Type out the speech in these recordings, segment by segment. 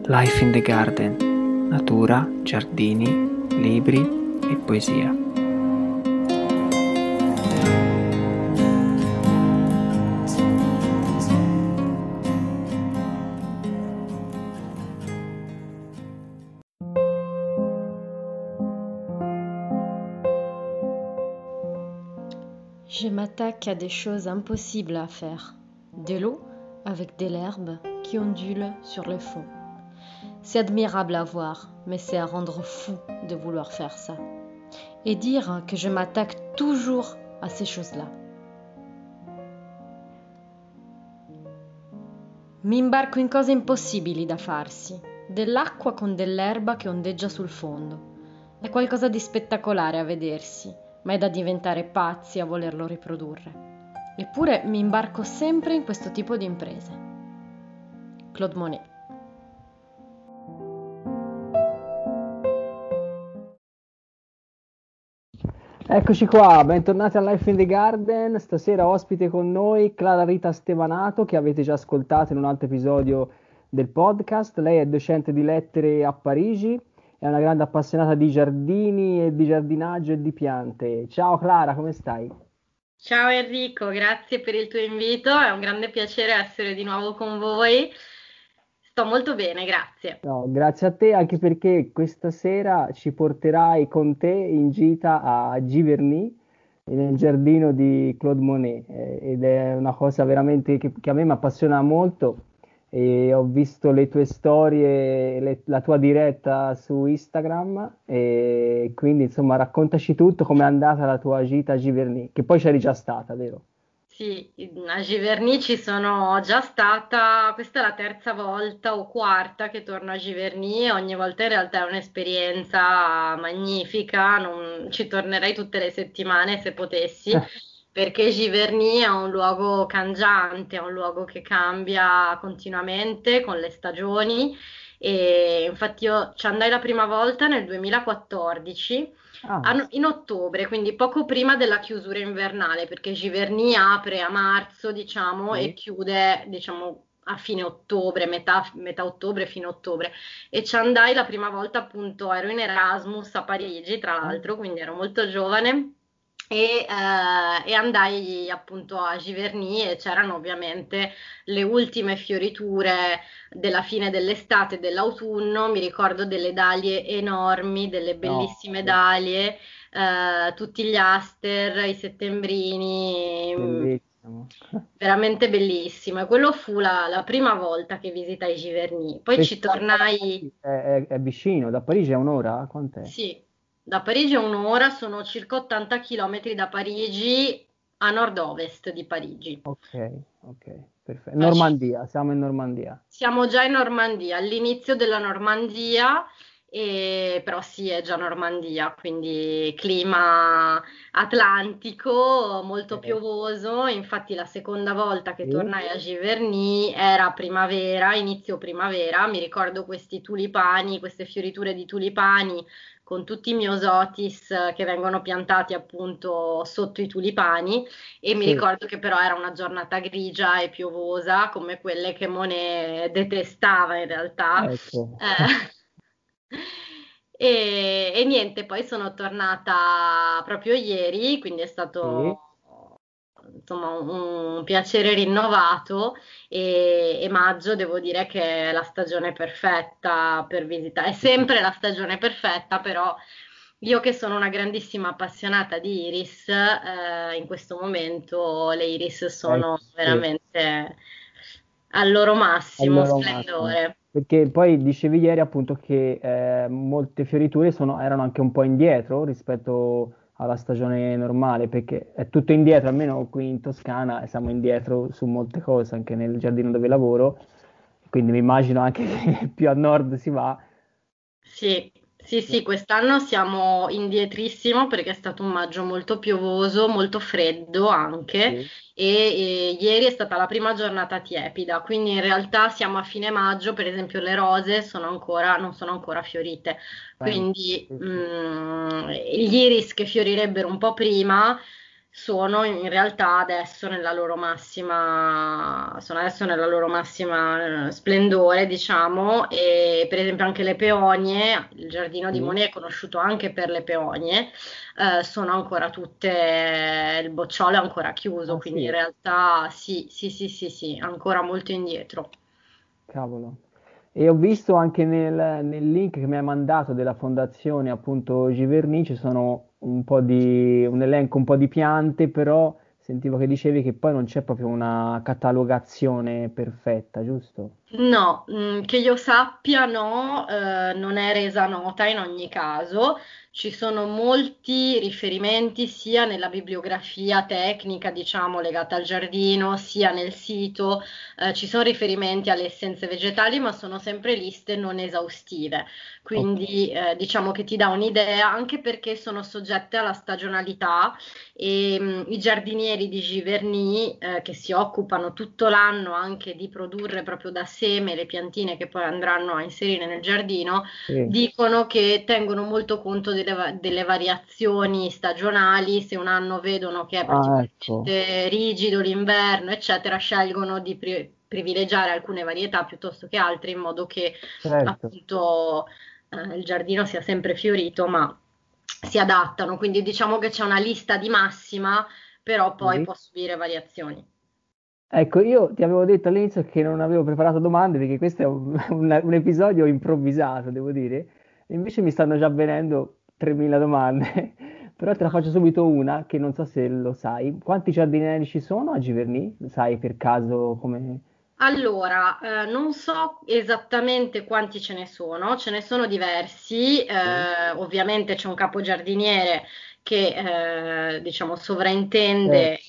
Life in the Garden, natura, giardini, libri e poesia. Je m'attaque à des choses impossibles à faire. De l'eau avec de l'herbe qui ondule sur le fond. C'est admirable à voir, mais c'est à rendre fou de vouloir faire ça. Et dire que je m'attaque toujours à ces choses-là. Mi imbarco in cose impossibili da farsi. Dell'acqua con dell'erba che ondeggia sul fondo. È qualcosa di spettacolare a vedersi, ma è da diventare pazzi a volerlo riprodurre. Eppure mi imbarco sempre in questo tipo di imprese. Claude Monet. Eccoci qua, bentornati a Life in the Garden. Stasera ospite con noi Clara Rita Stevanato, che avete già ascoltato in un altro episodio del podcast. Lei è docente di lettere a Parigi, è una grande appassionata di giardini e di giardinaggio e di piante. Ciao Clara, come stai? Ciao Enrico, grazie per il tuo invito, è un grande piacere essere di nuovo con voi. Sto molto bene, grazie. No, grazie a te, anche perché questa sera ci porterai con te in gita a Giverny, nel giardino di Claude Monet, ed è una cosa veramente che a me mi appassiona molto. E ho visto le tue storie, la tua diretta su Instagram, e quindi insomma raccontaci tutto, com'è andata la tua gita a Giverny, che poi c'eri già stata, vero? Sì, a Giverny ci sono già stata, questa è la terza volta o quarta che torno a Giverny e ogni volta in realtà è un'esperienza magnifica, ci tornerei tutte le settimane se potessi, perché Giverny è un luogo cangiante, è un luogo che cambia continuamente con le stagioni e infatti io ci andai la prima volta nel 2014 Ah, in ottobre, quindi poco prima della chiusura invernale, perché Giverny apre a marzo, diciamo, e sì. chiude, diciamo, a fine ottobre, metà ottobre, fine ottobre. E ci andai la prima volta, appunto, ero in Erasmus a Parigi, tra Ah, l'altro, quindi ero molto giovane. E andai appunto a Giverny e c'erano ovviamente le ultime fioriture della fine dell'estate e dell'autunno, mi ricordo delle dalie enormi, delle no, bellissime dalie, tutti gli aster, i settembrini, bellissimo. veramente bellissimo. E quello fu la prima volta che visitai Giverny. Poi E ci tornai, è vicino, da Parigi è un'ora? Quant'è? sì, da Parigi è un'ora, sono circa 80 km da Parigi a nord-ovest di Parigi. Ok, ok, perfetto. Poi Normandia, siamo in Normandia. siamo già in Normandia, all'inizio della Normandia, però sì, è già Normandia, quindi clima atlantico, molto Ok. piovoso. Infatti la seconda volta che Sì, tornai a Giverny era primavera, inizio primavera, mi ricordo questi tulipani, queste fioriture di tulipani con tutti i myosotis che vengono piantati appunto sotto i tulipani e mi sì, ricordo che però era una giornata grigia e piovosa, come quelle che Monet detestava in realtà. ecco. E niente, poi sono tornata proprio ieri, quindi è Sì, stato insomma un piacere rinnovato e maggio devo dire che è la stagione perfetta per visitare. È sempre la stagione perfetta, però io che sono una grandissima appassionata di iris, in questo momento le iris sono sì, veramente al loro al massimo loro massimo. splendore. Perché poi dicevi ieri appunto che molte fioriture erano anche un po' indietro rispetto alla stagione normale, perché è tutto indietro, almeno qui in Toscana siamo indietro su molte cose, anche nel giardino dove lavoro, quindi mi immagino anche che più a nord si va. Sì, sì, sì, quest'anno siamo indietrissimo perché è stato un maggio molto piovoso, molto freddo anche Sì, e ieri è stata la prima giornata tiepida, quindi in realtà siamo a fine maggio, per esempio le rose non sono ancora fiorite, penso. quindi Sì, sì. gli iris che fiorirebbero un po' prima sono in realtà sono adesso nella loro massima splendore, diciamo, e per esempio anche le peonie, il giardino di Sì. Monet è conosciuto anche per le peonie, sono ancora tutte, il bocciolo è ancora chiuso, Ah quindi in sì, realtà sì, sì, sì, sì, sì, ancora molto indietro. cavolo. E ho visto anche nel link che mi hai mandato della fondazione appunto Giverny, ci sono un elenco un po' di piante, però sentivo che dicevi che poi non c'è proprio una catalogazione perfetta, giusto? No, che io sappia no, non è resa nota in ogni caso. Ci sono molti riferimenti sia nella bibliografia tecnica, diciamo, legata al giardino, sia nel sito. Ci sono riferimenti alle essenze vegetali, ma sono sempre liste non esaustive. Ok. Quindi, diciamo che ti dà un'idea, anche perché sono soggette alla stagionalità e i giardinieri di Giverny, che si occupano tutto l'anno anche di produrre proprio da seme le piantine che poi andranno a inserire nel giardino, Sì. dicono che tengono molto conto delle variazioni stagionali. Se un anno vedono che è Ah, ecco, particolarmente rigido l'inverno, eccetera, scelgono di privilegiare alcune varietà piuttosto che altre, in modo che certo. appunto il giardino sia sempre fiorito, ma si adattano. Quindi diciamo che c'è una lista di massima, però poi Sì. può subire variazioni. Ecco, io ti avevo detto all'inizio che non avevo preparato domande perché questo è un episodio improvvisato, devo dire, e invece mi stanno già avvenendo 3000 domande, però te la faccio subito una che non so se lo sai. Quanti giardinieri ci sono a Giverny? Sai per caso come... Allora, non so esattamente quanti ce ne sono diversi. Sì. Ovviamente c'è un capogiardiniere che diciamo Eh, sovraintende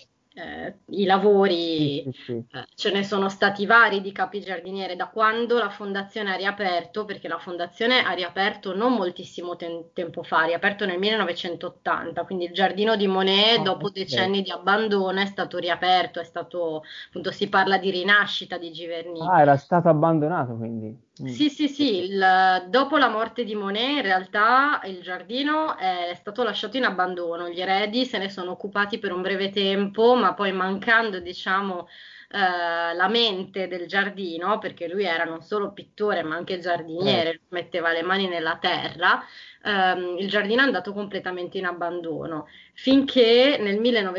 i sì, lavori. sì, sì. Ce ne sono stati vari di capi giardiniere da quando la fondazione ha riaperto, perché la fondazione ha riaperto non moltissimo tempo fa, ha riaperto nel 1980, quindi il giardino di Monet, Ah, dopo ok. decenni di abbandono, è stato riaperto, è stato, appunto, si parla di rinascita di Giverny. Ah, era stato abbandonato quindi. Mm. Sì, sì, sì, dopo la morte di Monet in realtà il giardino è stato lasciato in abbandono, gli eredi se ne sono occupati per un breve tempo, ma poi mancando, diciamo, la mente del giardino, perché lui era non solo pittore ma anche Certo. giardiniere, metteva le mani nella terra, il giardino è andato completamente in abbandono, finché nel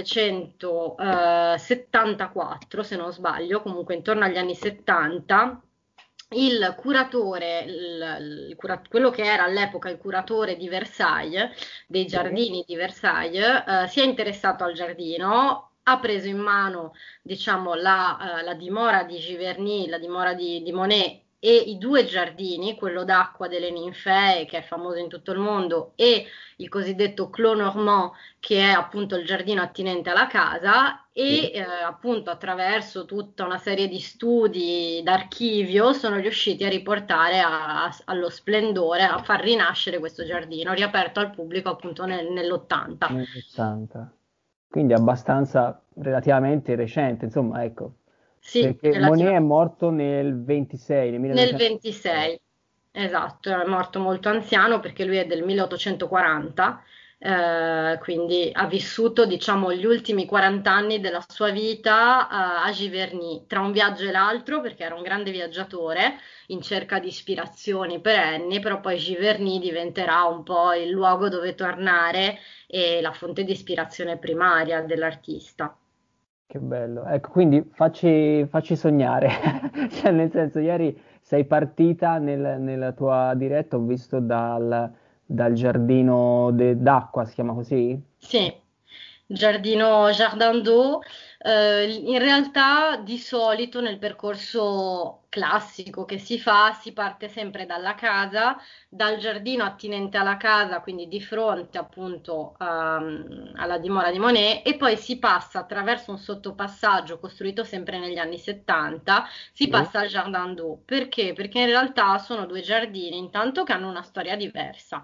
1974, se non sbaglio, comunque intorno agli anni 70, il curatore, quello che era all'epoca il curatore di Versailles, dei Sì. giardini di Versailles, si è interessato al giardino, ha preso in mano, diciamo, la dimora di Giverny, la dimora di Monet e i due giardini, quello d'acqua delle ninfee, che è famoso in tutto il mondo, e il cosiddetto Clos Normand, che è appunto il giardino attinente alla casa, Sì. e appunto attraverso tutta una serie di studi d'archivio sono riusciti a riportare allo splendore, a far rinascere questo giardino, riaperto al pubblico appunto nell'80. Negli 80. Quindi abbastanza relativamente recente, insomma, ecco, Sì, perché Monet è relativamente. morto nel 26, nel Nel 1926. 26, esatto, è morto molto anziano perché lui è del 1840, quindi ha vissuto, diciamo, gli ultimi 40 anni della sua vita a Giverny, tra un viaggio e l'altro, perché era un grande viaggiatore in cerca di ispirazioni perenni, però poi Giverny diventerà un po' il luogo dove tornare e la fonte di ispirazione primaria dell'artista. Che bello. Ecco, quindi facci sognare. Cioè, nel senso, ieri sei partita nella tua diretta, ho visto dal giardino d'acqua, si chiama così? Sì, giardino Jardin d'eau. In realtà di solito nel percorso classico che si fa si parte sempre dalla casa, dal giardino attinente alla casa, quindi di fronte appunto alla dimora di Monet, e poi si passa attraverso un sottopassaggio costruito sempre negli anni 70, si Sì. passa al Jardin d'eau. Perché? Perché in realtà sono due giardini, intanto che hanno una storia diversa.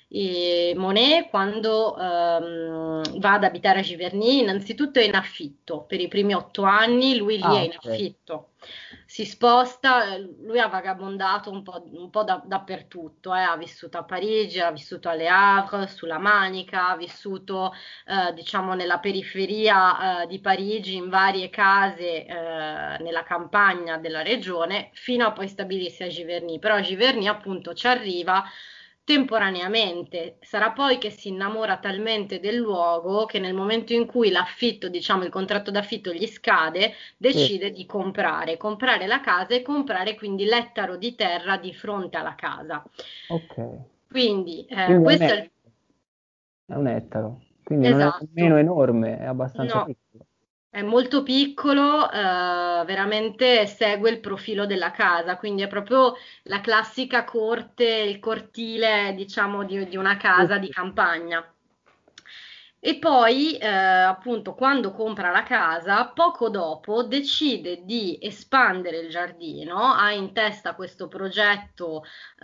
E Monet, quando va ad abitare a Giverny, innanzitutto è in affitto per i primi 8 anni, lui lì è Ah, in ok. affitto. Si sposta, lui ha vagabondato un po' dappertutto, ha vissuto a Parigi, ha vissuto a Le Havre, sulla Manica, ha vissuto diciamo nella periferia di Parigi in varie case nella campagna della regione, fino a poi stabilirsi a Giverny. Però a Giverny appunto ci arriva temporaneamente, sarà poi che si innamora talmente del luogo che nel momento in cui l'affitto, diciamo il contratto d'affitto gli scade, Sì, decide di comprare la casa e comprare quindi l'ettaro di terra di fronte alla casa. ok. Quindi Quindi questo è il... è un ettaro, quindi non è nemmeno Esatto, enorme, è abbastanza no, piccolo. è molto piccolo, veramente segue il profilo della casa, quindi è proprio la classica corte, il cortile, diciamo, di una Sì, casa di sì. campagna. E poi, appunto, quando compra la casa, poco dopo decide di espandere il giardino, ha in testa questo progetto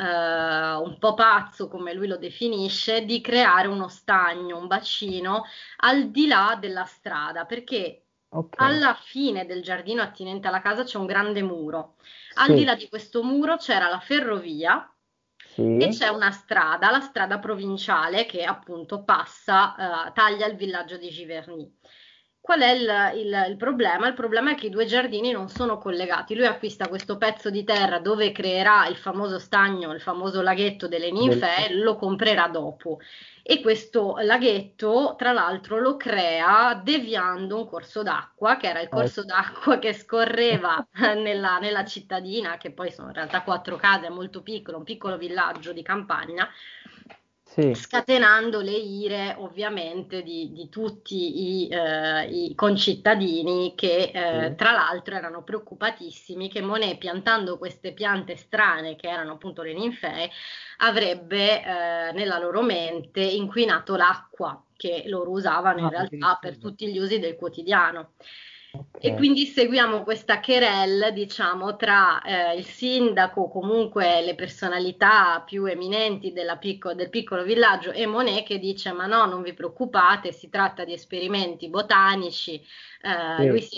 un po' pazzo, come lui lo definisce, di creare uno stagno, un bacino al di là della strada, perché Ok, alla fine del giardino attinente alla casa c'è un grande muro. Al di sì, là di questo muro c'era la ferrovia e sì, c'è una strada, la strada provinciale che appunto passa, taglia il villaggio di Giverny. Qual è il problema? Il problema è che i due giardini non sono collegati. Lui acquista questo pezzo di terra dove creerà il famoso stagno, il famoso laghetto delle del- ninfee, lo comprerà dopo. E questo laghetto, tra l'altro, lo crea deviando un corso d'acqua, che era il eh, corso d'acqua che scorreva nella cittadina, che poi sono in realtà 4 case, è molto piccolo, un piccolo villaggio di campagna, sì, scatenando le ire ovviamente di tutti i concittadini che sì. tra l'altro erano preoccupatissimi che Monet, piantando queste piante strane che erano appunto le ninfee, avrebbe nella loro mente inquinato l'acqua che loro usavano in Ah, realtà per addirittura. tutti gli usi del quotidiano. Ok, E quindi seguiamo questa querelle, diciamo, tra il sindaco, comunque le personalità più eminenti del piccolo villaggio e Monet che dice: Ma no, non vi preoccupate, si tratta di esperimenti botanici. Lui sì.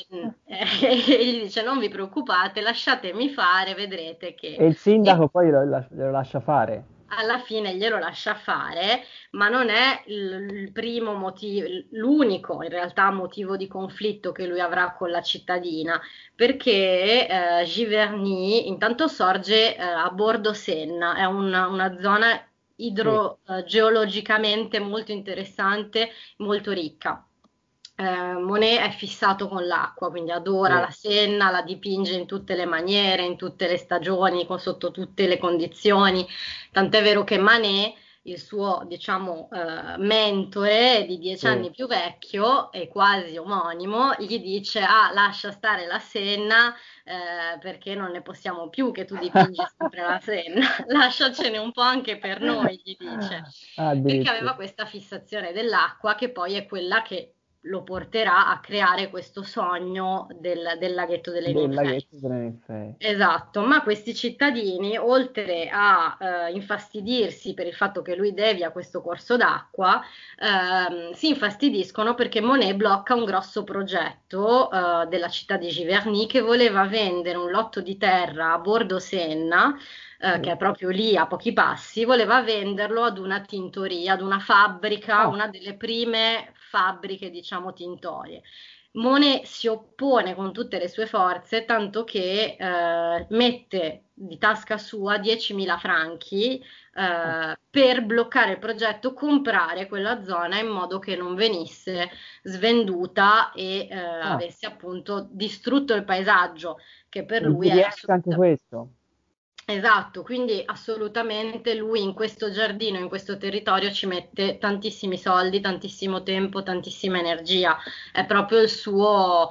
e gli dice: Non vi preoccupate, lasciatemi fare, vedrete che. E il E sindaco poi lo lascia fare. alla fine glielo lascia fare, ma non è il primo motivo, l'unico in realtà motivo di conflitto che lui avrà con la cittadina, perché Giverny intanto sorge a bordo Senna, è una zona Sì. idrogeologicamente molto interessante, molto ricca. Monet è fissato con l'acqua, quindi adora Sì. la Senna, la dipinge in tutte le maniere, in tutte le stagioni, sotto tutte le condizioni. Tant'è vero che Manet, il suo, diciamo, mentore di 10 anni Sì. più vecchio e quasi omonimo, gli dice: Ah, lascia stare la Senna, perché non ne possiamo più che tu dipingi sempre la Senna, lasciacene un po' anche per noi, gli dice. Perché Addirittura aveva questa fissazione dell'acqua che poi è quella che lo porterà a creare questo sogno del laghetto delle del ninfee. laghetto delle ninfee. Esatto, ma questi cittadini, oltre a infastidirsi per il fatto che lui devia questo corso d'acqua, si infastidiscono perché Monet blocca un grosso progetto della città di Giverny che voleva vendere un lotto di terra a bordo Senna, che è Sì. proprio lì a pochi passi, voleva venderlo ad una tintoria, ad una fabbrica, Ah, una delle prime fabbriche, diciamo, tintorie. Monet si oppone con tutte le sue forze, tanto che mette di tasca sua 10.000 franchi ah, per bloccare il progetto, comprare quella zona in modo che non venisse svenduta e ah. avesse appunto distrutto il paesaggio, che per E gli lui era riesce anche assolutamente... questo. Esatto, quindi assolutamente lui in questo giardino, in questo territorio ci mette tantissimi soldi, tantissimo tempo, tantissima energia. È proprio il suo,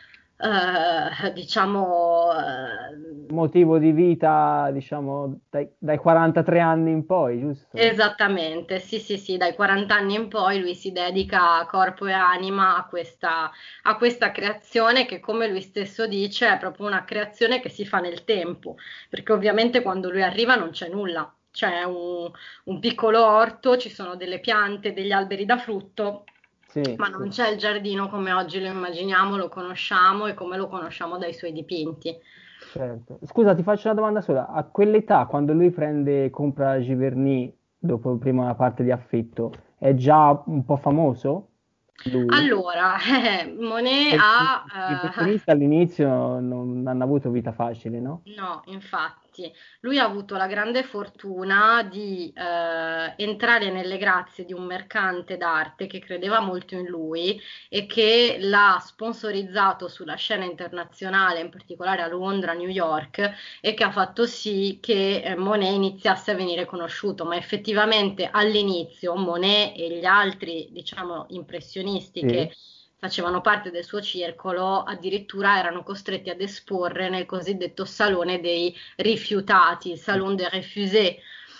diciamo, Motivo di vita, diciamo, dai 43 anni in poi, giusto? esattamente, sì, sì, sì, dai 40 anni in poi lui si dedica a corpo e anima a questa creazione che, come lui stesso dice, è proprio una creazione che si fa nel tempo, perché ovviamente quando lui arriva non c'è nulla. c'è un piccolo orto, ci sono delle piante, degli alberi da frutto, Sì, ma sì. non c'è il giardino come oggi lo immaginiamo, lo conosciamo e come lo conosciamo dai suoi dipinti. Certo. Scusa, ti faccio una domanda sola. A quell'età, quando lui compra Giverny dopo prima parte di affitto, è già un po' famoso? Lui? Allora, Monet Perché i ha, professionisti all'inizio non hanno avuto vita facile, no? no, infatti, lui ha avuto la grande fortuna di entrare nelle grazie di un mercante d'arte che credeva molto in lui e che l'ha sponsorizzato sulla scena internazionale, in particolare a Londra, a New York, e che ha fatto sì che Monet iniziasse a venire conosciuto. Ma effettivamente all'inizio Monet e gli altri, diciamo, impressionisti Sì. che facevano parte del suo circolo, addirittura erano costretti ad esporre nel cosiddetto Salone dei Rifiutati, il Salon des Refusés.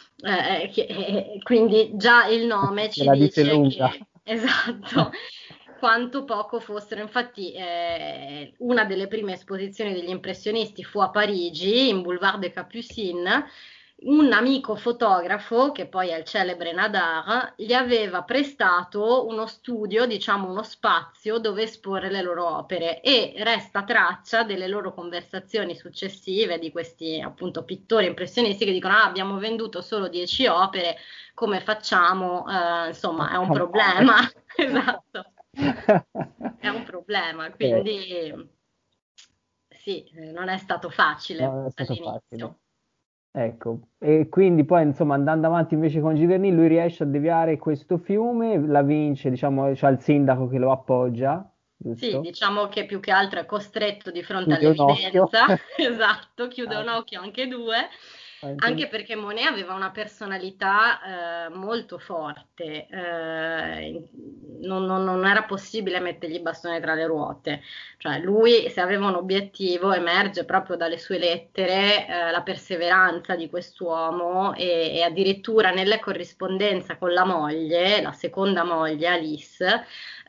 Quindi già il nome Se ci la dice dice lunga. che, esatto, quanto poco fossero. Infatti, una delle prime esposizioni degli impressionisti fu a Parigi, in Boulevard des Capucines. Un amico fotografo, che poi è il celebre Nadar, gli aveva prestato uno studio, diciamo uno spazio dove esporre le loro opere, e resta traccia delle loro conversazioni successive di questi appunto pittori impressionisti che dicono: "Ah, abbiamo venduto solo 10 opere, come facciamo?" Insomma, è un Porca male. problema. Esatto, è un problema, Eh, quindi sì, non è stato facile non è stato facile. all'inizio. Ecco, e quindi poi insomma andando avanti invece con Giverny, lui riesce a deviare questo fiume, la vince, diciamo, c'ha il sindaco che lo appoggia, Sì, giusto? diciamo che più che altro è costretto di fronte Chiude un occhio. all'evidenza, esatto, chiude Ah, un occhio anche due, anche anche lui. perché Monet aveva una personalità molto forte, non era possibile mettergli i bastoni tra le ruote, cioè lui se aveva un obiettivo emerge proprio dalle sue lettere, la perseveranza di quest'uomo e addirittura nella corrispondenza con la moglie, la seconda moglie Alice.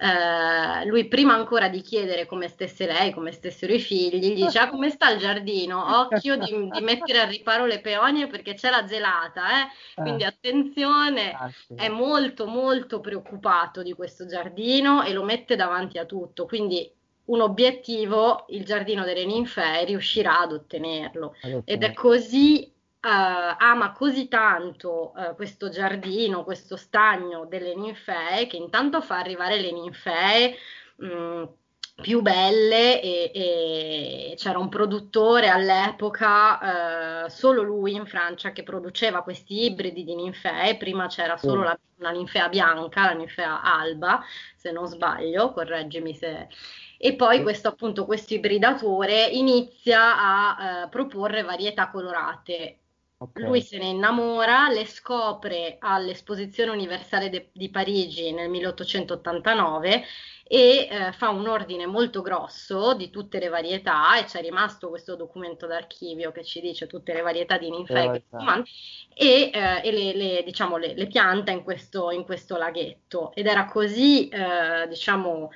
Lui prima ancora di chiedere come stesse lei, come stessero i figli, gli dice: "Ah, come sta il giardino? Occhio di mettere al riparo le peonie perché c'è la gelata, eh? Quindi Ah, attenzione." È caspita. molto molto preoccupato di questo giardino e lo mette davanti a tutto. Quindi un obiettivo, il giardino delle ninfee, riuscirà ad ottenerlo. Ad Ed è ottenere. così, ama così tanto questo giardino, questo stagno delle ninfee, che intanto fa arrivare le ninfee mh, più belle e c'era un produttore all'epoca, solo lui in Francia, che produceva questi ibridi di ninfee. Prima c'era solo Sì. una ninfea bianca, la ninfea alba, se non sbaglio, correggimi se... E poi Sì. questo appunto, questo ibridatore inizia a proporre varietà colorate. Lui Ok. se ne innamora, le scopre all'Esposizione Universale di Parigi nel 1889 e fa un ordine molto grosso di tutte le varietà, e c'è rimasto questo documento d'archivio che ci dice tutte le varietà di Per la ninfee che si verità. mangiano, e diciamo, le pianta in questo laghetto. Ed era così, diciamo,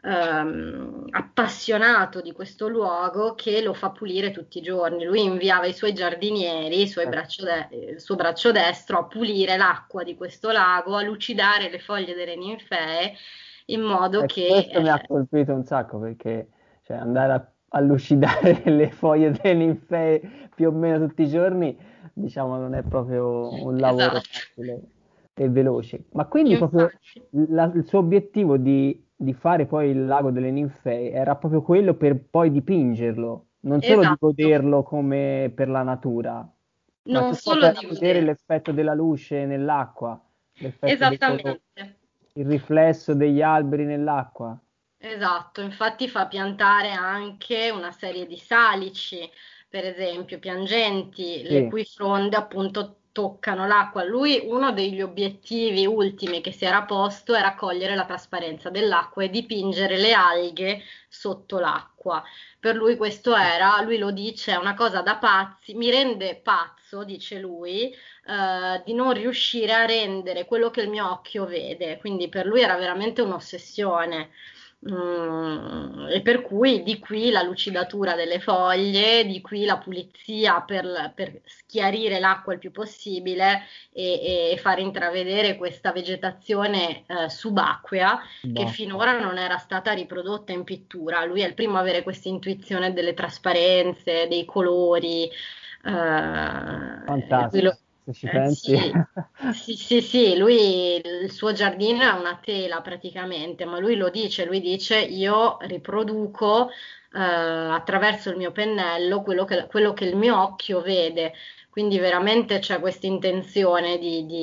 appassionato di questo luogo che lo fa pulire tutti i giorni. Lui inviava i suoi giardinieri, il suo braccio destro, a pulire l'acqua di questo lago, a lucidare le foglie delle ninfee in modo Ecco, che... questo mi ha colpito un sacco perché cioè, andare a lucidare le foglie delle ninfee più o meno tutti i giorni, diciamo, non è proprio un lavoro Esatto. facile e veloce. Ma quindi proprio Infatti, il suo obiettivo di fare poi il lago delle ninfee era proprio quello per poi dipingerlo, non solo di esatto. goderlo come per la natura, ma Non tutto solo per di vedere godere. l'effetto della luce nell'acqua, l'effetto dei colori, Esattamente. il riflesso degli alberi nell'acqua. Esatto, infatti fa piantare anche una serie di salici, per esempio, piangenti, le Sì, cui fronde appunto toccano l'acqua. Lui, uno degli obiettivi ultimi che si era posto era cogliere la trasparenza dell'acqua e dipingere le alghe sotto l'acqua. Per lui questo era, lui lo dice, è una cosa da pazzi, mi rende pazzo, dice lui, di non riuscire a rendere quello che il mio occhio vede. Quindi per lui era veramente un'ossessione. E per cui di qui la lucidatura delle foglie, di qui la pulizia per schiarire l'acqua il più possibile e far intravedere questa vegetazione subacquea che Bah, finora non era stata riprodotta in pittura. Lui è il primo a avere questa intuizione delle trasparenze, dei colori. fantastico, se ci pensi. Sì, sì, sì, sì, lui il suo giardino è una tela praticamente, ma lui dice io riproduco attraverso il mio pennello quello che il mio occhio vede, quindi veramente c'è questa intenzione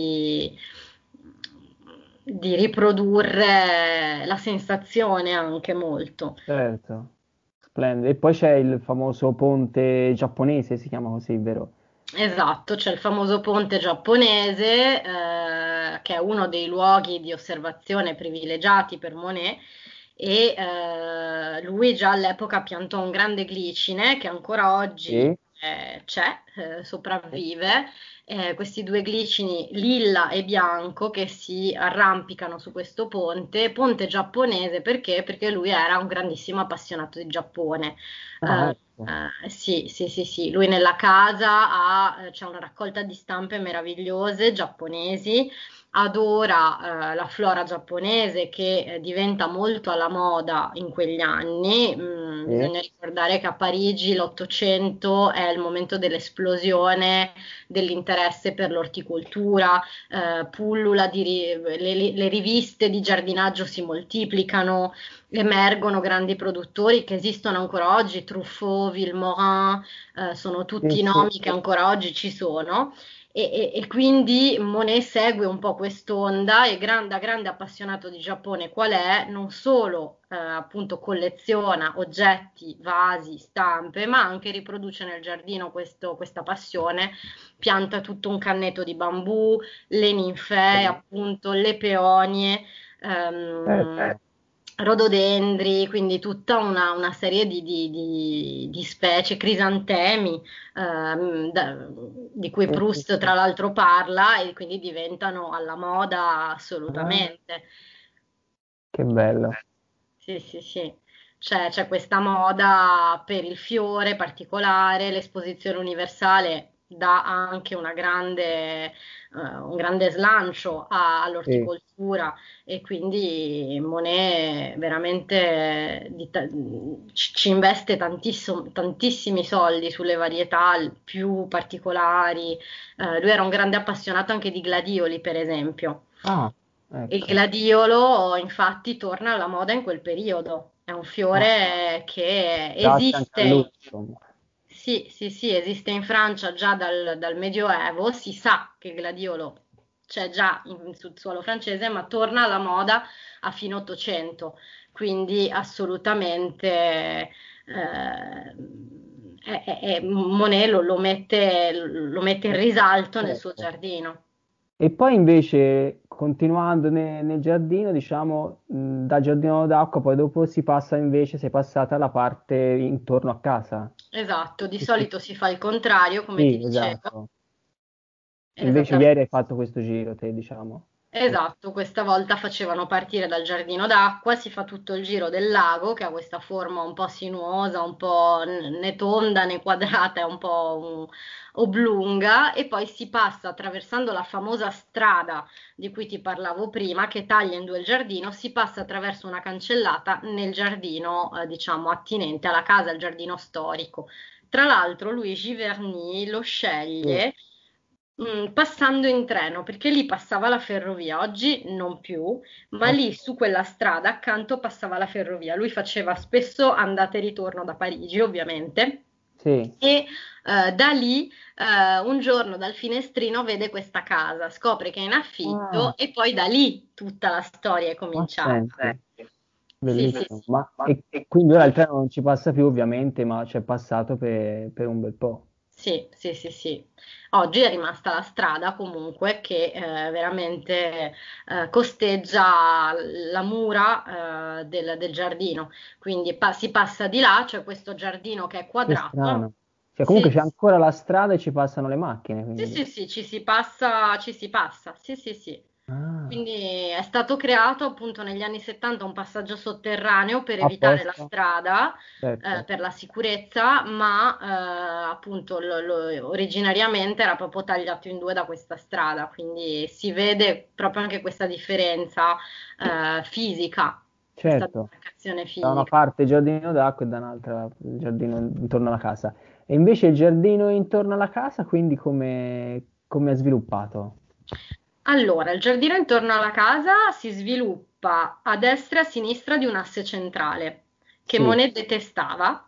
di riprodurre la sensazione anche molto. Certo, splendido. E poi c'è il famoso ponte giapponese, si chiama così, vero? Esatto, c'è il famoso ponte giapponese, che è uno dei luoghi di osservazione privilegiati per Monet, e lui già all'epoca piantò un grande glicine che ancora oggi Sì. c'è, sopravvive. Questi due glicini lilla e bianco che si arrampicano su questo ponte giapponese perché? Perché lui era un grandissimo appassionato di Giappone. Ah, Eh, ecco. sì, sì, sì, sì, lui nella casa c'è una raccolta di stampe meravigliose giapponesi, adora la flora giapponese che diventa molto alla moda in quegli anni. Sì, Bisogna ricordare che a Parigi l'Ottocento è il momento dell'esplosione dell'interesse per l'orticoltura, pullula le riviste di giardinaggio si moltiplicano, emergono grandi produttori che esistono ancora oggi, Truffaut, Vilmorin, sono sì, tutti sì. nomi che ancora oggi ci sono. E quindi Monet segue un po' quest'onda e da grande appassionato di Giappone qual è, non solo appunto colleziona oggetti, vasi, stampe, ma anche riproduce nel giardino questa passione, pianta tutto un canneto di bambù, le ninfee, appunto, le peonie, ehm, Certo. rododendri, quindi tutta una serie di specie, crisantemi, di cui Sì, sì, Proust sì. tra l'altro parla e quindi diventano alla moda Ah, assolutamente. che bello. Sì, sì, sì. C'è questa moda per il fiore particolare, l'esposizione universale dà anche un grande slancio Sì. all'orticoltura e quindi Monet veramente ci investe tantissimi soldi sulle varietà più particolari. Lui era un grande appassionato anche di gladioli, per esempio. Ah, Il ecco. gladiolo, infatti, torna alla moda in quel periodo. È un Ah, fiore che piace anche a lui, esiste, insomma. sì, sì, sì, esiste in Francia già dal Medioevo. Si sa che il gladiolo c'è già sul suolo francese, ma torna alla moda a fine Ottocento. Quindi assolutamente Monet lo mette in risalto nel suo Certo. giardino. E poi invece, continuando nel giardino, diciamo, dal giardino d'acqua, poi dopo si passa invece, sei passata alla parte intorno a casa. Esatto, di Che si- solito si fa il contrario, come ti Sì, dicevo. esatto. Invece Esattamente. ieri hai fatto questo giro, te, diciamo. Esatto, questa volta facevano partire dal giardino d'acqua, si fa tutto il giro del lago che ha questa forma un po' sinuosa, un po' né tonda né quadrata, è un po' oblunga e poi si passa attraversando la famosa strada di cui ti parlavo prima che taglia in due il giardino, si passa attraverso una cancellata nel giardino, diciamo, attinente alla casa, il giardino storico. Tra l'altro, lui Giverny lo Sì. sceglie passando in treno, perché lì passava la ferrovia, oggi non più, ma Ok. lì su quella strada accanto passava la ferrovia. Lui faceva spesso andata e ritorno da Parigi, ovviamente, Sì. e da lì un giorno dal finestrino vede questa casa, scopre che è in Ah, affitto e poi da lì tutta la storia è ma cominciata. senti, Sì, sì, bellissimo. sì. E quindi ora il treno non ci passa più, ovviamente, ma c'è passato per un bel po'. Sì, sì, sì, sì. Oggi è rimasta la strada comunque che veramente costeggia la mura del giardino. Quindi si passa di là, c'è questo giardino che è Che quadrato. strano. Cioè, comunque Sì, c'è ancora la strada e ci passano le macchine, sì, quindi. sì, sì, ci si passa, sì, sì, sì. Ah, Quindi è stato creato appunto negli anni 70 un passaggio sotterraneo per evitare la apposta, strada, certo. per la sicurezza, ma appunto originariamente era proprio tagliato in due da questa strada, quindi si vede proprio anche questa differenza fisica, questa Certo, demarcazione da una fisica. parte il giardino d'acqua e dall'altra il giardino intorno alla casa. E invece il giardino intorno alla casa, quindi come è sviluppato? Allora, il giardino intorno alla casa si sviluppa a destra e a sinistra di un asse centrale che Sì, Monet detestava.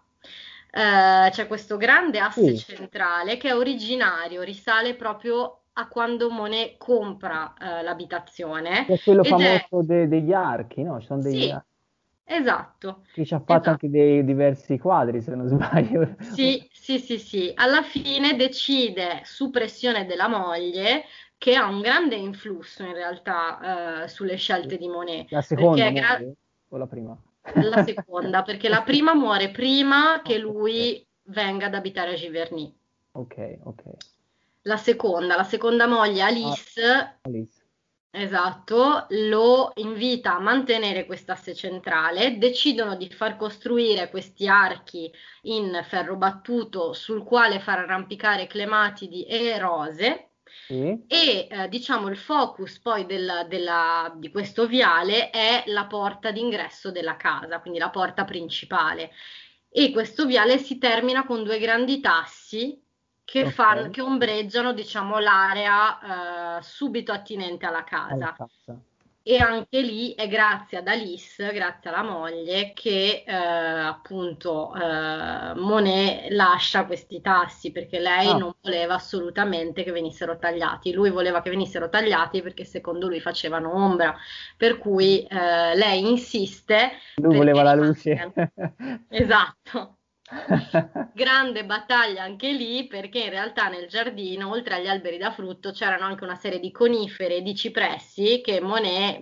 C'è questo grande asse sì, centrale che è originario, risale proprio a quando Monet compra l'abitazione è quello ed è, famoso degli archi, no? Ci sono degli sì, archi. esatto, Chi ci ha fatto esatto. anche dei diversi quadri, se non sbaglio. Sì, sì, sì, sì. Alla fine decide, su pressione della moglie, che ha un grande influsso in realtà sulle scelte di Monet, La perché seconda è moglie o la prima? la seconda, perché la prima muore prima che Ok, lui venga ad abitare a Giverny. ok, ok. La seconda moglie, Ah, Alice, Alice. esatto, lo invita a mantenere quest'asse centrale, decidono di far costruire questi archi in ferro battuto sul quale far arrampicare clematidi e rose Sì, e diciamo il focus poi di questo viale è la porta d'ingresso della casa, quindi la porta principale. E questo viale si termina con due grandi tassi ok. che ombreggiano, diciamo, l'area subito attinente alla Alla casa. casa. E anche lì è grazie ad Alice, grazie alla moglie, che appunto Monet lascia questi tassi perché lei Ah, non voleva assolutamente che venissero tagliati. Lui voleva che venissero tagliati perché secondo lui facevano ombra. Per cui lei insiste lui perché voleva la luce. rimangano. Esatto. Grande battaglia anche lì perché in realtà nel giardino, oltre agli alberi da frutto, c'erano anche una serie di conifere e di cipressi che Monet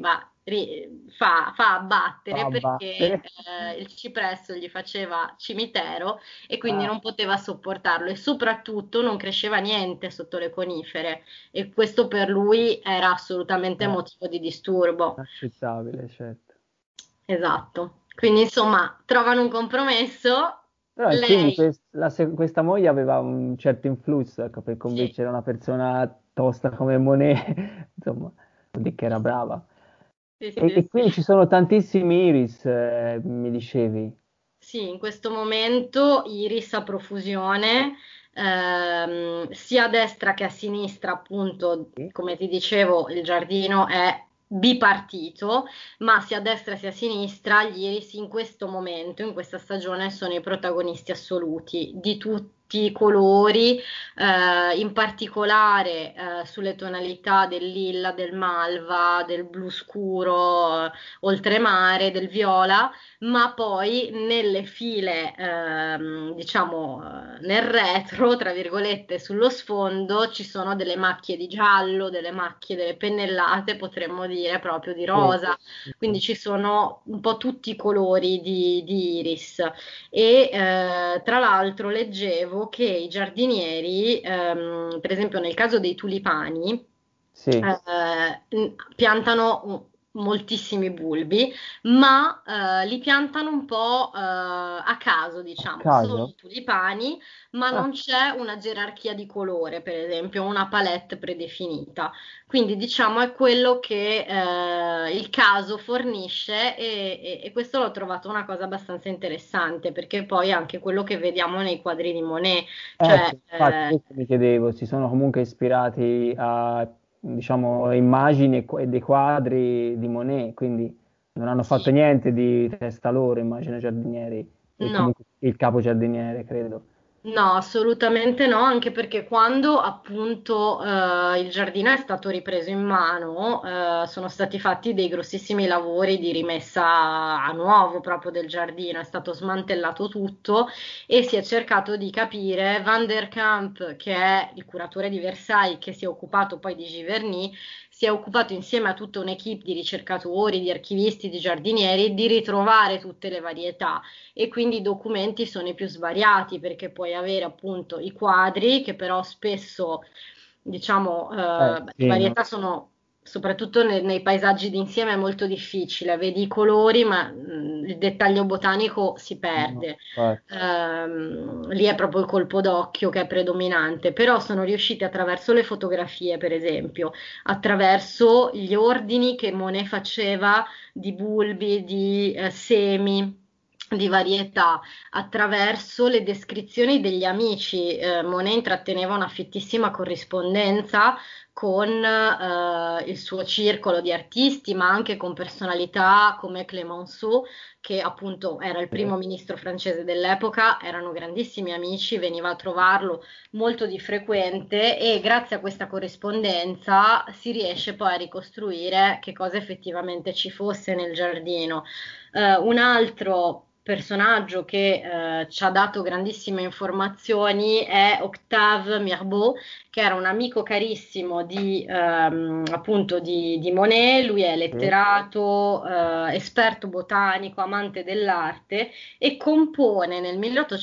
fa Fa abbattere perché battere. il cipresso gli faceva cimitero e quindi Ah, non poteva sopportarlo e soprattutto non cresceva niente sotto le conifere e questo per lui era assolutamente eh, motivo di disturbo. accettabile, certo. Esatto. Quindi insomma trovano un compromesso. Però e quindi Lei questa moglie aveva un certo influsso, ecco, per sì, convincere una persona tosta come Monet, insomma, vuol dire che era brava. sì, E, sì, e sì. quindi ci sono tantissimi iris, mi dicevi. Sì, in questo momento iris a profusione, sia a destra che a sinistra, appunto, Sì. come ti dicevo, il giardino è bipartito, ma sia a destra sia a sinistra gli iris in questo momento, in questa stagione, sono i protagonisti assoluti di tutti i colori, in particolare sulle tonalità del lilla, del malva, del blu scuro, oltremare, del viola ma poi nelle file, diciamo, nel retro, tra virgolette, sullo sfondo ci sono delle macchie di giallo, delle macchie, delle pennellate, potremmo dire proprio di Sì, rosa, sì, quindi sì. ci sono un po' tutti i colori di iris. E tra l'altro leggevo che i giardinieri, per esempio nel caso dei tulipani, Sì, piantano moltissimi bulbi, ma li piantano un po' a caso, a diciamo. Sono caso? i tulipani, ma Ah, non c'è una gerarchia di colore, per esempio, una palette predefinita. Quindi, diciamo, è quello che il caso fornisce e questo l'ho trovato una cosa abbastanza interessante, perché poi è anche quello che vediamo nei quadri di Monet, cioè ecco, infatti questo mi chiedevo, si sono comunque ispirati a, diciamo, immagini e dei quadri di Monet, quindi non hanno fatto sì, niente di testa loro, immagino, i giardinieri, e no. comunque il capo giardiniere, credo. No, assolutamente no, anche perché quando appunto il giardino è stato ripreso in mano, sono stati fatti dei grossissimi lavori di rimessa a nuovo proprio del giardino, è stato smantellato tutto e si è cercato di capire. Van der Kamp, che è il curatore di Versailles, che si è occupato poi di Giverny, si è occupato insieme a tutta un'equipe di ricercatori, di archivisti, di giardinieri, di ritrovare tutte le varietà e quindi i documenti sono i più svariati perché puoi avere appunto i quadri che però spesso, diciamo, le Sì, no. varietà sono soprattutto nei paesaggi d'insieme è molto difficile, vedi i colori, ma il dettaglio botanico si No, perde. infatti. Lì è proprio il colpo d'occhio che è predominante, però sono riusciti attraverso le fotografie, per esempio, attraverso gli ordini che Monet faceva di bulbi, di semi, di varietà, attraverso le descrizioni degli amici. Monet intratteneva una fittissima corrispondenza con il suo circolo di artisti, ma anche con personalità come Clemenceau, che appunto era il Sì. primo ministro francese dell'epoca, erano grandissimi amici, veniva a trovarlo molto di frequente e grazie a questa corrispondenza si riesce poi a ricostruire che cosa effettivamente ci fosse nel giardino. Un altro personaggio che ci ha dato grandissime informazioni è Octave Mirbeau, che era un amico carissimo appunto di Monet. Lui è Sì. letterato, esperto botanico, amante dell'arte e compone nel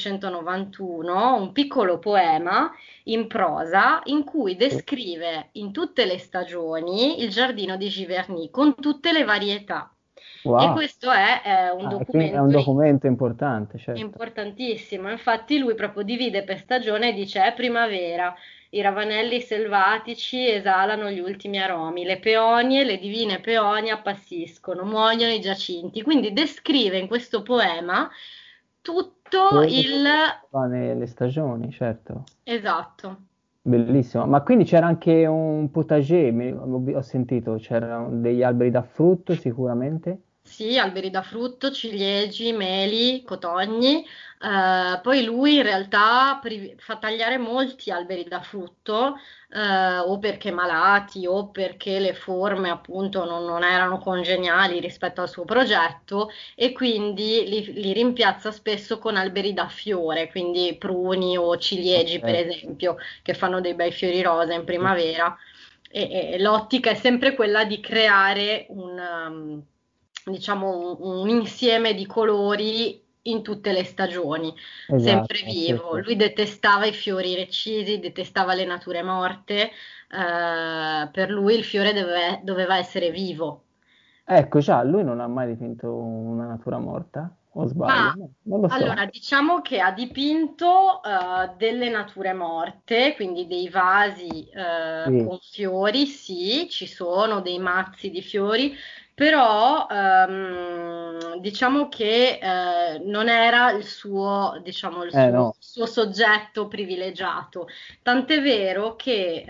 1891 un piccolo poema in prosa in cui Sì. descrive in tutte le stagioni il giardino di Giverny con tutte le varietà. E Wow. questo è un Ah, e quindi è un documento documento importante, certo. importantissimo. Infatti lui proprio divide per stagione e dice è primavera, i ravanelli selvatici esalano gli ultimi aromi, le peonie, le divine peonie appassiscono, muoiono i giacinti. Quindi descrive in questo poema tutto Quello che il... va nelle stagioni, certo. Esatto. Bellissimo. Ma quindi c'era anche un potager, ho sentito, c'erano degli alberi da frutto sicuramente. Sì, alberi da frutto, ciliegi, meli, cotogni. Poi lui in realtà fa tagliare molti alberi da frutto, o perché malati o perché le forme appunto non erano congeniali rispetto al suo progetto e quindi li rimpiazza spesso con alberi da fiore, quindi pruni o ciliegi per Ok. esempio, che fanno dei bei fiori rosa in primavera e l'ottica è sempre quella di creare diciamo, un insieme di colori in tutte le stagioni, sempre Esatto, sì, vivo. sì. Lui detestava i fiori recisi, detestava le nature morte, per lui il fiore doveva essere vivo. Ecco, già, lui non ha mai dipinto una natura morta, o Ma sbaglio? No, non lo so. allora diciamo che ha dipinto delle nature morte, quindi dei vasi Sì, con fiori, sì, ci sono dei mazzi di fiori, però diciamo che non era il suo, diciamo, no. il suo soggetto privilegiato. Tant'è vero che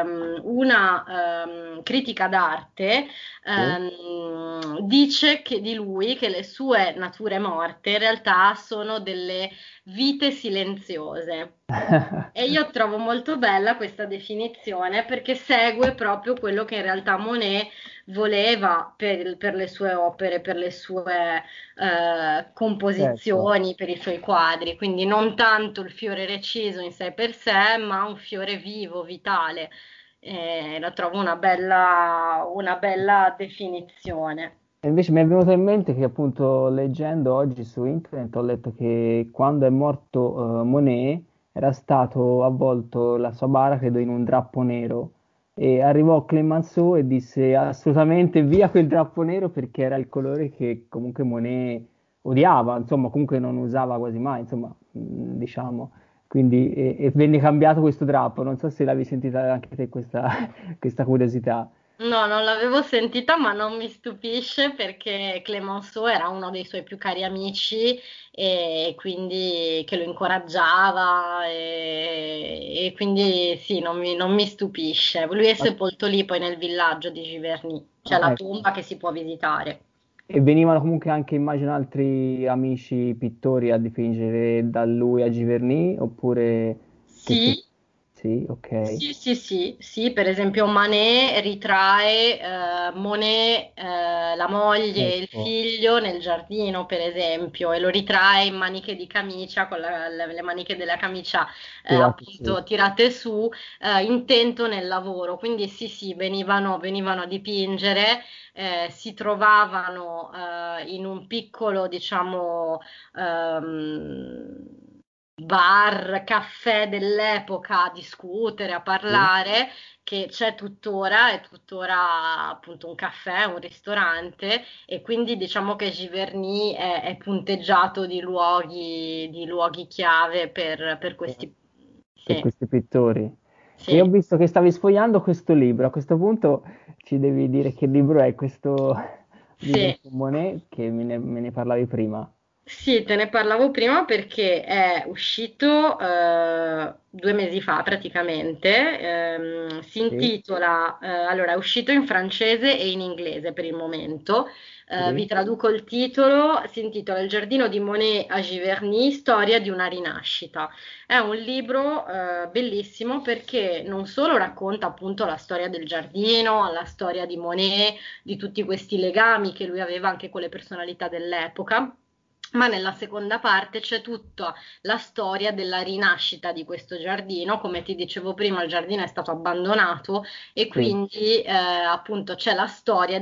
una critica d'arte Sì. dice che di lui che le sue nature morte in realtà sono delle vite silenziose. E io trovo molto bella questa definizione perché segue proprio quello che in realtà Monet voleva per le sue opere, per le sue Certo. composizioni, per i suoi quadri. Quindi non tanto il fiore reciso in sé per sé, ma un fiore vivo, vitale. La trovo una bella definizione. E invece mi è venuto in mente che appunto leggendo oggi su internet ho letto che quando è morto Monet era stato avvolto la sua bara, credo, in un drappo nero e arrivò Clemenceau e disse assolutamente via quel drappo nero perché era il colore che comunque Monet odiava, insomma comunque non usava quasi mai, insomma diciamo. Quindi e venne cambiato questo drappo, non so se l'avevi sentita anche te questa, questa curiosità. No, non l'avevo sentita, ma non mi stupisce perché Clemenceau era uno dei suoi più cari amici e quindi che lo incoraggiava e quindi sì, non mi stupisce. Lui è Ma- sepolto lì poi nel villaggio di Giverny, c'è ah, la ecco. tomba che si può visitare. E venivano comunque anche, immagino, altri amici pittori a dipingere da lui a Giverny, oppure che tipo... Sì, Sì, ok. sì, per esempio Manet ritrae Monet, la moglie e il Ecco, figlio nel giardino, per esempio, e lo ritrae in maniche di camicia, con le maniche della camicia tirati su. appunto tirate su, intento nel lavoro. Quindi sì, venivano a dipingere, si trovavano in un piccolo, diciamo, ehm, bar, caffè dell'epoca a discutere, a sì. parlare, che c'è tuttora, è tuttora appunto un caffè, un ristorante, e quindi diciamo che Giverny è punteggiato di luoghi chiave per questi... Per Sì, questi pittori. E ho sì. visto che stavi sfogliando questo libro. A questo punto ci devi dire che libro è questo libro Sì, su Monet che me ne parlavi prima. sì, te ne parlavo prima perché è uscito 2 mesi fa praticamente. Si Sì, intitola, allora è uscito in francese e in inglese per il momento. Vi sì, traduco il titolo, si intitola Il giardino di Monet a Giverny, storia di una rinascita. È un libro bellissimo perché non solo racconta appunto la storia del giardino, la storia di Monet, di tutti questi legami che lui aveva anche con le personalità dell'epoca, ma nella seconda parte c'è tutta la storia della rinascita di questo giardino. Come ti dicevo prima, il giardino è stato abbandonato e sì. quindi appunto c'è la storia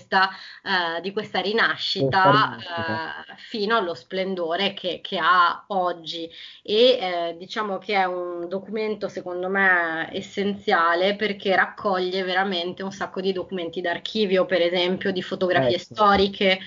di questa Questa rinascita rinascita. fino allo splendore che ha oggi. E diciamo che è un documento secondo me essenziale perché raccoglie veramente un sacco di documenti d'archivio, per esempio di fotografie Ecco, storiche,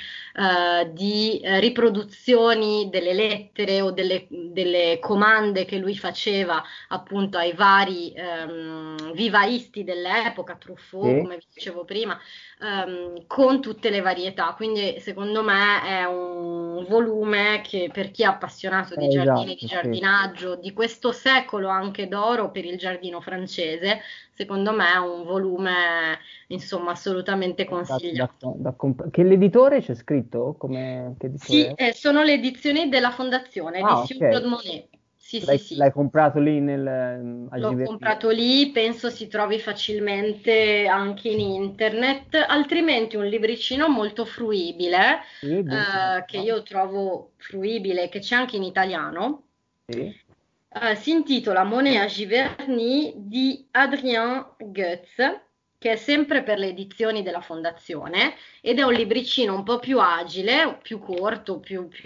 di riproduzioni delle lettere o delle comande che lui faceva appunto ai vari vivaisti dell'epoca, Truffaut, sì, come vi dicevo prima, con tutte le varietà. Quindi secondo me è un volume che per chi è appassionato di giardini e di esatto, sì. giardinaggio, di questo secolo anche d'oro per il giardino francese, secondo me è un volume insomma assolutamente consigliato. Che l'editore c'è scritto? Come, che editore Sì, è? sono le edizioni della Fondazione Ah, Edition ok. Claude Monet. Sì, sì, sì. L'hai comprato lì a L'ho Giverny? comprato lì, penso si trovi facilmente anche in internet, altrimenti un libricino molto fruibile, Sì, che benissimo. io trovo fruibile, che c'è anche in italiano, Sì, si intitola Monet à Giverny di Adrien Goetz, che è sempre per le edizioni della Fondazione, ed è un libricino un po' più agile, più corto,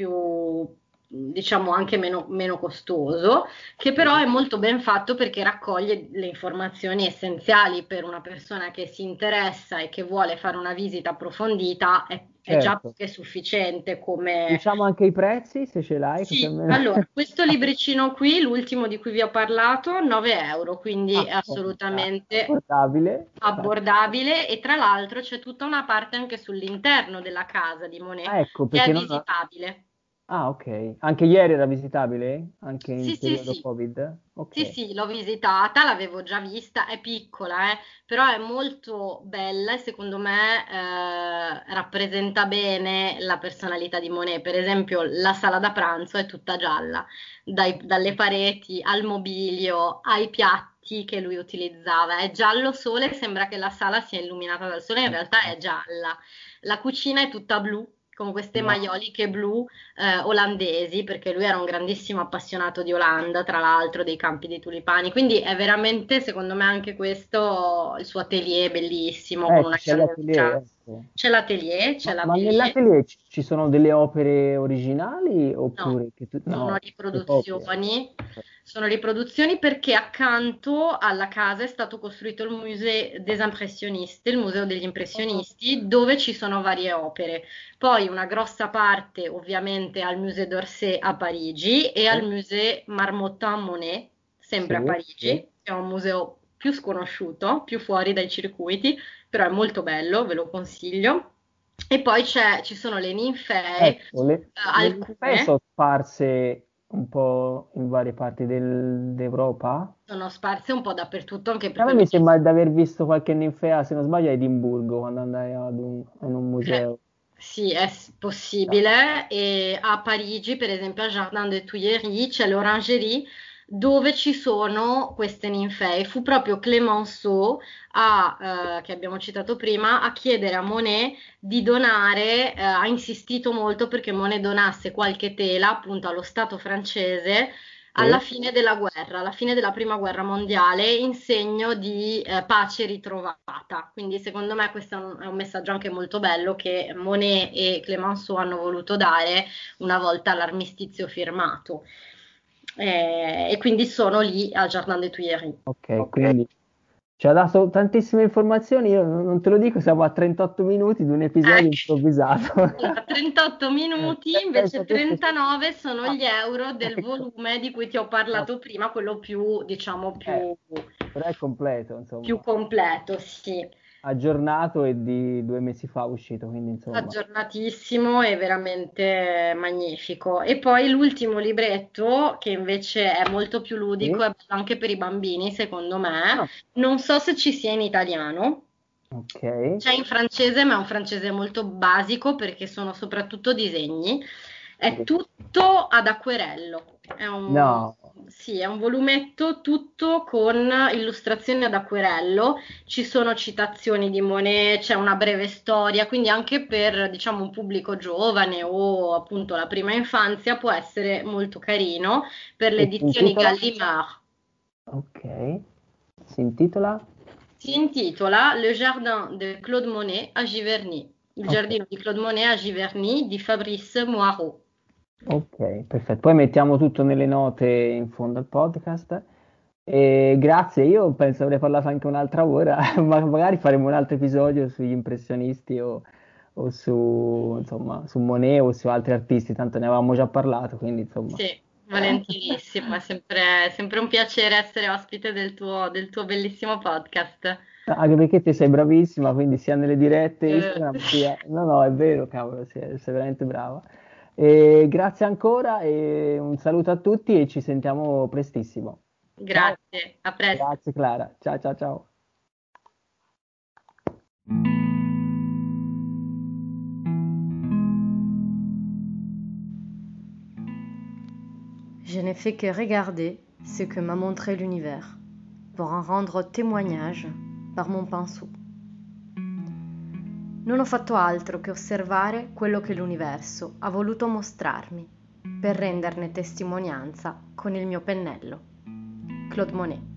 diciamo anche meno costoso, che però sì. è molto ben fatto perché raccoglie le informazioni essenziali per una persona che si interessa e che vuole fare una visita approfondita, è già più Certo. che sufficiente come... Diciamo anche i prezzi, se ce l'hai, così Sì, almeno... allora, questo libricino qui, l'ultimo di cui vi ho parlato, 9 euro, quindi Ah, è abbordabile. assolutamente Dai. abbordabile, e tra l'altro c'è tutta una parte anche sull'interno della casa di Monet Ah, ecco, che è perché non... visitabile. Ah, ok. Anche ieri era visitabile? Anche Sì, in sì, periodo sì. Covid? Sì, Ok. sì, l'ho visitata, l'avevo già vista, è piccola, però è molto bella e secondo me rappresenta bene la personalità di Monet. Per esempio, la sala da pranzo è tutta gialla, dalle pareti al mobilio, ai piatti che lui utilizzava. È giallo sole, sembra che la sala sia illuminata dal sole, in realtà è gialla. La cucina è tutta blu, con queste No. maioliche blu olandesi, perché lui era un grandissimo appassionato di Olanda, tra l'altro dei campi dei tulipani, quindi è veramente, secondo me, anche questo il suo atelier bellissimo, con una C'è grande l'atelier, vista. ecco. C'è l'atelier, c'è Ma l'atelier. nell'atelier ci sono delle opere originali No, oppure che tu... sono No, che copie. riproduzioni perché accanto alla casa è stato costruito il Musée des Impressionnistes, il Museo degli Impressionisti, dove ci sono varie opere. Poi una grossa parte ovviamente al Musée d'Orsay a Parigi e al Musée Marmottan-Monet, sempre Sì, a sì. Parigi, che è un museo più sconosciuto, più fuori dai circuiti, però è molto bello, ve lo consiglio. E poi ci sono le ninfee, Ecco, le ninfee alcune sono sparse un po' in varie parti d'Europa. sono sparse un po' dappertutto, anche A me perché mi lui ci sembra di aver visto qualche ninfea, se non sbaglio, a Edimburgo, quando andai in un museo. Sì, è possibile. E a Parigi, per esempio, al Jardin des Tuileries c'è l'Orangerie dove ci sono queste ninfee. Fu proprio Clemenceau, che abbiamo citato prima, a chiedere a Monet di donare, ha insistito molto perché Monet donasse qualche tela appunto allo Stato francese alla Sì, fine della guerra, alla fine della prima guerra mondiale, in segno di pace ritrovata. Quindi, secondo me, questo è un messaggio anche molto bello che Monet e Clemenceau hanno voluto dare una volta l'armistizio firmato. e quindi sono lì al Jardin des Tuileries. Ok, quindi ci ha dato tantissime informazioni, io non te lo dico, siamo a 38 minuti di un episodio Ecco. improvvisato. Allora, 38 minuti, Penso invece questo sia- 39 sono Ah, gli euro del ecco. volume di cui ti ho No, parlato prima, quello più, diciamo, però è completo, più insomma, completo, sì. aggiornato e di 2 mesi fa uscito, quindi insomma. Aggiornatissimo e veramente magnifico. E poi l'ultimo libretto, che invece è molto più ludico Sì? e bello anche per i bambini, secondo me. Ah, Non so se ci sia in italiano. ok. C'è in francese, ma è un francese molto basico perché sono soprattutto disegni. È tutto ad acquerello. No, Sì, è un volumetto tutto con illustrazioni ad acquerello. Ci sono citazioni di Monet, c'è una breve storia, quindi anche per, diciamo, un pubblico giovane o appunto la prima infanzia può essere molto carino per le e si edizioni intitola? Gallimard. Ok, si intitola? Si intitola Le Jardin de Claude Monet a Giverny, il Ok, giardino di Claude Monet a Giverny di Fabrice Moirot. ok, perfetto. Poi mettiamo tutto nelle note in fondo al podcast. E grazie, io penso avrei parlato anche un'altra ora, ma magari faremo un altro episodio sugli impressionisti o su, insomma, su Monet o su altri artisti, tanto ne avevamo già parlato, quindi insomma. Sì, volentierissimo, è sempre un piacere essere ospite del tuo bellissimo podcast. Anche perché te sei bravissima, quindi sia nelle dirette Instagram Sì. sia... No, no, è vero, cavolo, sei veramente brava. E grazie ancora e un saluto a tutti e ci sentiamo prestissimo. Ciao, Grazie, a presto. grazie Clara. Ciao, ciao, ciao. Je n'ai fait que regarder ce que m'a montré l'univers, pour en rendre témoignage par mon pinceau. Non ho fatto altro che osservare quello che l'universo ha voluto mostrarmi, per renderne testimonianza con il mio pennello. Claude Monet.